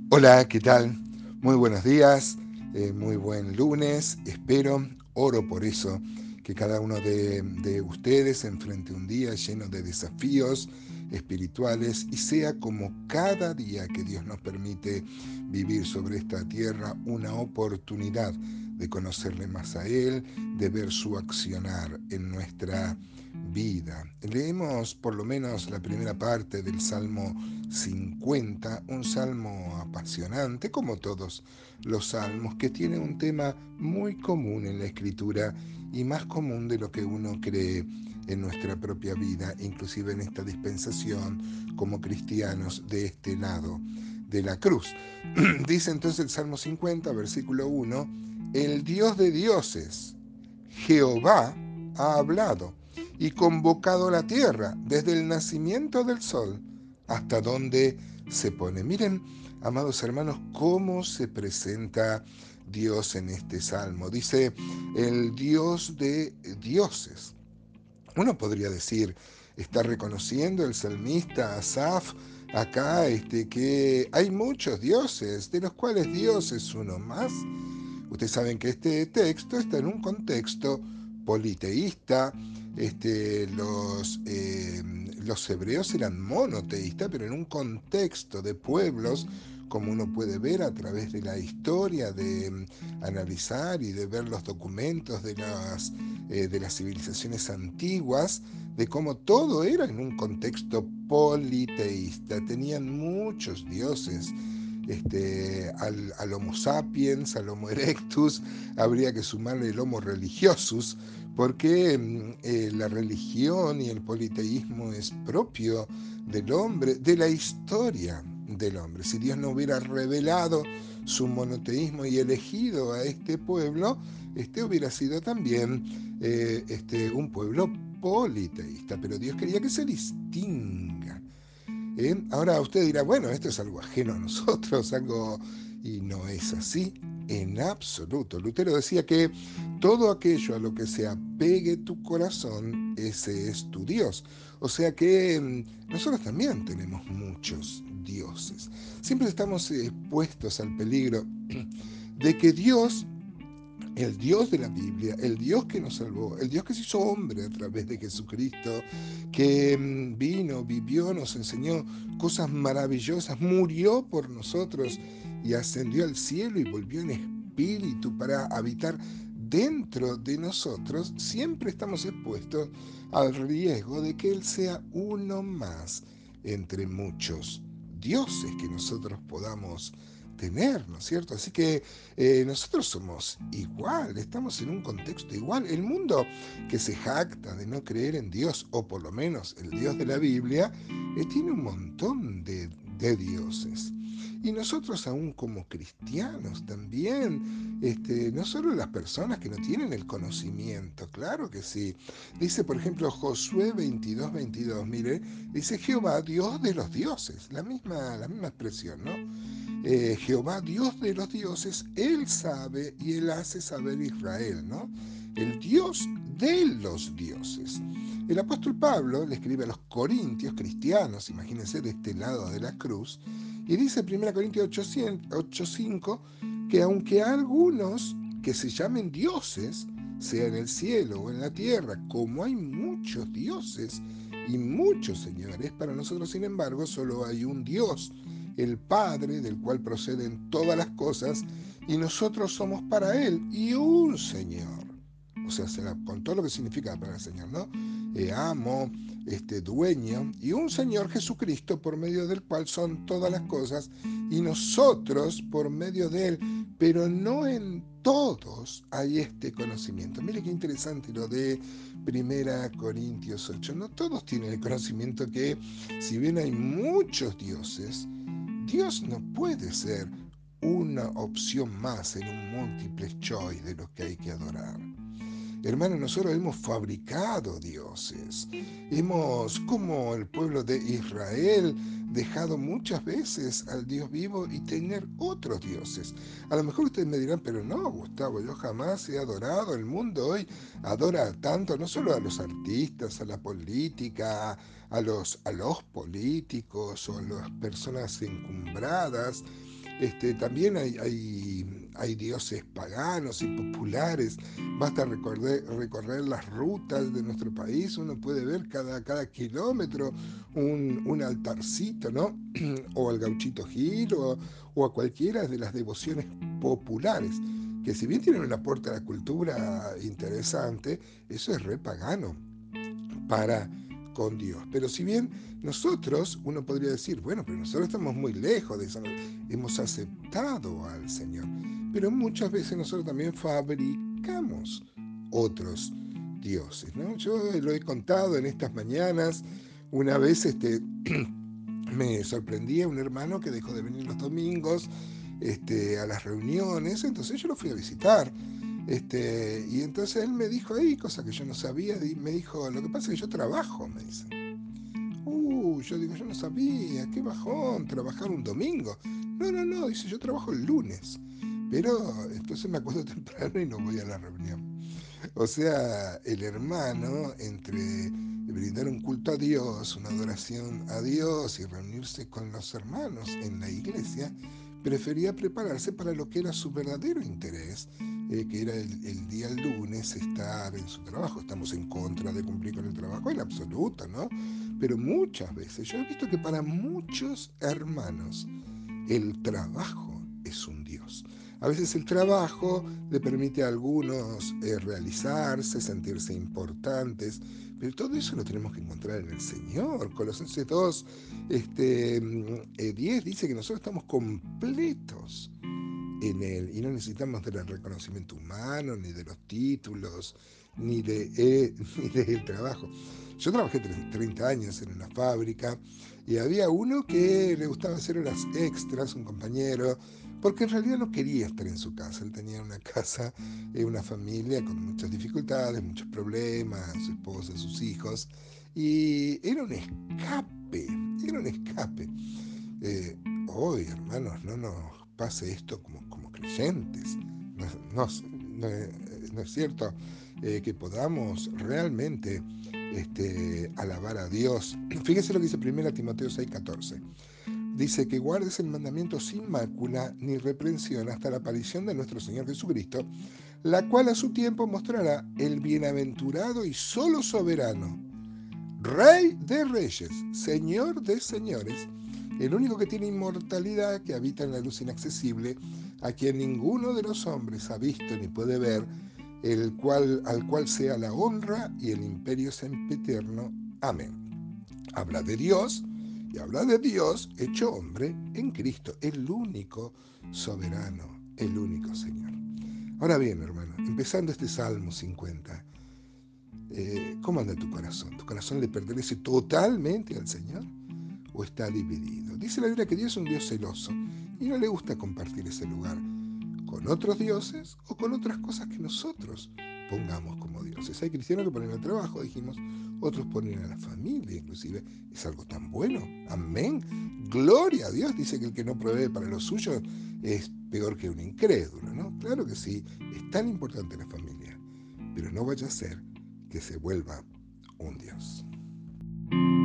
Hola, ¿qué tal? Muy buenos días, muy buen lunes. Espero, oro por eso, que cada uno de ustedes enfrente un día lleno de desafíos espirituales y sea como cada día que Dios nos permite vivir sobre esta tierra una oportunidad de conocerle más a Él, de ver su accionar en nuestra vida. Leemos por lo menos la primera parte del Salmo 50, un salmo apasionante, como todos los salmos, que tiene un tema muy común en la escritura y más común de lo que uno cree en nuestra propia vida, inclusive en esta dispensación como cristianos de este lado de la cruz. Dice entonces el Salmo 50, versículo 1, el Dios de dioses, Jehová, ha hablado y convocado la tierra desde el nacimiento del sol hasta donde se pone. Miren, amados hermanos, cómo se presenta Dios en este salmo. Dice, el Dios de dioses. Uno podría decir, está reconociendo el salmista Asaf acá que hay muchos dioses, de los cuales Dios es uno más. Ustedes saben que este texto está en un contexto politeísta. Los hebreos eran monoteístas, pero en un contexto de pueblos, como uno puede ver a través de la historia, de analizar y de ver los documentos de las civilizaciones antiguas, de cómo todo era en un contexto politeísta. Tenían muchos dioses. Al Homo sapiens, al Homo erectus, habría que sumarle el Homo religiosus, porque la religión y el politeísmo es propio del hombre, de la historia del hombre. Si Dios no hubiera revelado su monoteísmo y elegido a este pueblo, este hubiera sido también un pueblo politeísta, pero Dios quería que se distinga. Ahora usted dirá, bueno, esto es algo ajeno a nosotros, algo... Y no es así en absoluto. Lutero decía que todo aquello a lo que se apegue tu corazón, ese es tu Dios. O sea que nosotros también tenemos muchos dioses. Siempre estamos expuestos al peligro de que Dios, el Dios de la Biblia, el Dios que nos salvó, el Dios que se hizo hombre a través de Jesucristo, que vino, vivió, nos enseñó cosas maravillosas, murió por nosotros y ascendió al cielo y volvió en espíritu para habitar dentro de nosotros, siempre estamos expuestos al riesgo de que Él sea uno más entre muchos dioses que nosotros podamos tener, ¿no es cierto? Así que nosotros somos igual, estamos en un contexto igual. El mundo que se jacta de no creer en Dios, o por lo menos el Dios de la Biblia, tiene un montón de dioses. Y nosotros aún como cristianos también, no solo las personas que no tienen el conocimiento, claro que sí. Dice, por ejemplo, Josué 22:22, mire, dice Jehová, Dios de los dioses, la misma expresión, ¿no? Jehová, Dios de los dioses, Él sabe y Él hace saber Israel, ¿no? El Dios de los dioses. El apóstol Pablo le escribe a los corintios cristianos, imagínense de este lado de la cruz, y dice en 1 Corintios 8:5 que aunque algunos que se llamen dioses, sea en el cielo o en la tierra, como hay muchos dioses y muchos señores, para nosotros, sin embargo, solo hay un Dios, el Padre, del cual proceden todas las cosas, y nosotros somos para Él y un Señor. O sea, con todo lo que significa para el Señor, ¿no? Amo, dueño, y un Señor Jesucristo por medio del cual son todas las cosas, y nosotros por medio de Él, pero no en todos hay este conocimiento. Mire qué interesante lo de 1 Corintios 8. No todos tienen el conocimiento que, si bien hay muchos dioses, Dios no puede ser una opción más en un múltiple choice de los que hay que adorar. Hermanos, nosotros hemos fabricado dioses. Hemos, como el pueblo de Israel, dejado muchas veces al Dios vivo y tener otros dioses. A lo mejor ustedes me dirán, pero no, Gustavo, yo jamás he adorado. El mundo hoy adora tanto, no solo a los artistas, a la política, a los políticos o a las personas encumbradas, También hay dioses paganos y populares. Basta recorrer las rutas de nuestro país, uno puede ver cada kilómetro un altarcito, ¿no? O al gauchito Gil o a cualquiera de las devociones populares, que si bien tienen un aporte a la cultura interesante, eso es re pagano para con Dios. Pero si bien nosotros, uno podría decir, bueno, pero nosotros estamos muy lejos de eso, hemos aceptado al Señor, pero muchas veces nosotros también fabricamos otros dioses, ¿no? Yo lo he contado en estas mañanas, una vez me sorprendía un hermano que dejó de venir los domingos a las reuniones, entonces yo lo fui a visitar. Y entonces él me dijo ahí, cosa que yo no sabía, y me dijo, lo que pasa es que yo trabajo, me dice. Yo digo, yo no sabía, qué bajón, trabajar un domingo. No, no, no, dice, yo trabajo el lunes. Pero entonces me acuerdo temprano y no voy a la reunión. O sea, el hermano, entre brindar un culto a Dios, una adoración a Dios y reunirse con los hermanos en la iglesia, prefería prepararse para lo que era su verdadero interés, que era el día lunes estar en su trabajo. Estamos en contra de cumplir con el trabajo en absoluto, ¿no? Pero muchas veces yo he visto que para muchos hermanos el trabajo es un Dios. A veces el trabajo le permite a algunos realizarse, sentirse importantes, pero todo eso lo tenemos que encontrar en el Señor. Colosenses 2, 10 dice que nosotros estamos completos en Él y no necesitamos del reconocimiento humano, ni de los títulos, ni del trabajo. Yo trabajé 30 años en una fábrica y había uno que le gustaba hacer horas extras, un compañero, porque en realidad no quería estar en su casa. Él tenía una casa, una familia con muchas dificultades, muchos problemas, su esposa, sus hijos, y era un escape. Eh, Hoy, hermanos, no nos pase esto como creyentes. No, no, no es cierto que podamos realmente alabar a Dios. Fíjese lo que dice 1 Timoteo 6:14. Dice que guardes el mandamiento sin mácula ni reprensión hasta la aparición de nuestro Señor Jesucristo, la cual a su tiempo mostrará el bienaventurado y solo soberano, Rey de reyes, Señor de señores, el único que tiene inmortalidad, que habita en la luz inaccesible, a quien ninguno de los hombres ha visto ni puede ver, al cual sea la honra y el imperio sempiterno. Amén. Habla de Dios y habla de Dios hecho hombre en Cristo, el único soberano, el único Señor. Ahora bien, hermano, empezando este Salmo 50, ¿cómo anda tu corazón? ¿Tu corazón le pertenece totalmente al Señor o está dividido? Dice la Biblia que Dios es un Dios celoso y no le gusta compartir ese lugar con otros dioses o con otras cosas que nosotros pongamos como dioses. Hay cristianos que ponen al trabajo, dijimos, otros ponen a la familia, inclusive. Es algo tan bueno. Amén. Gloria a Dios. Dice que el que no provee para los suyos es peor que un incrédulo, ¿no? Claro que sí, es tan importante la familia, pero no vaya a ser que se vuelva un Dios.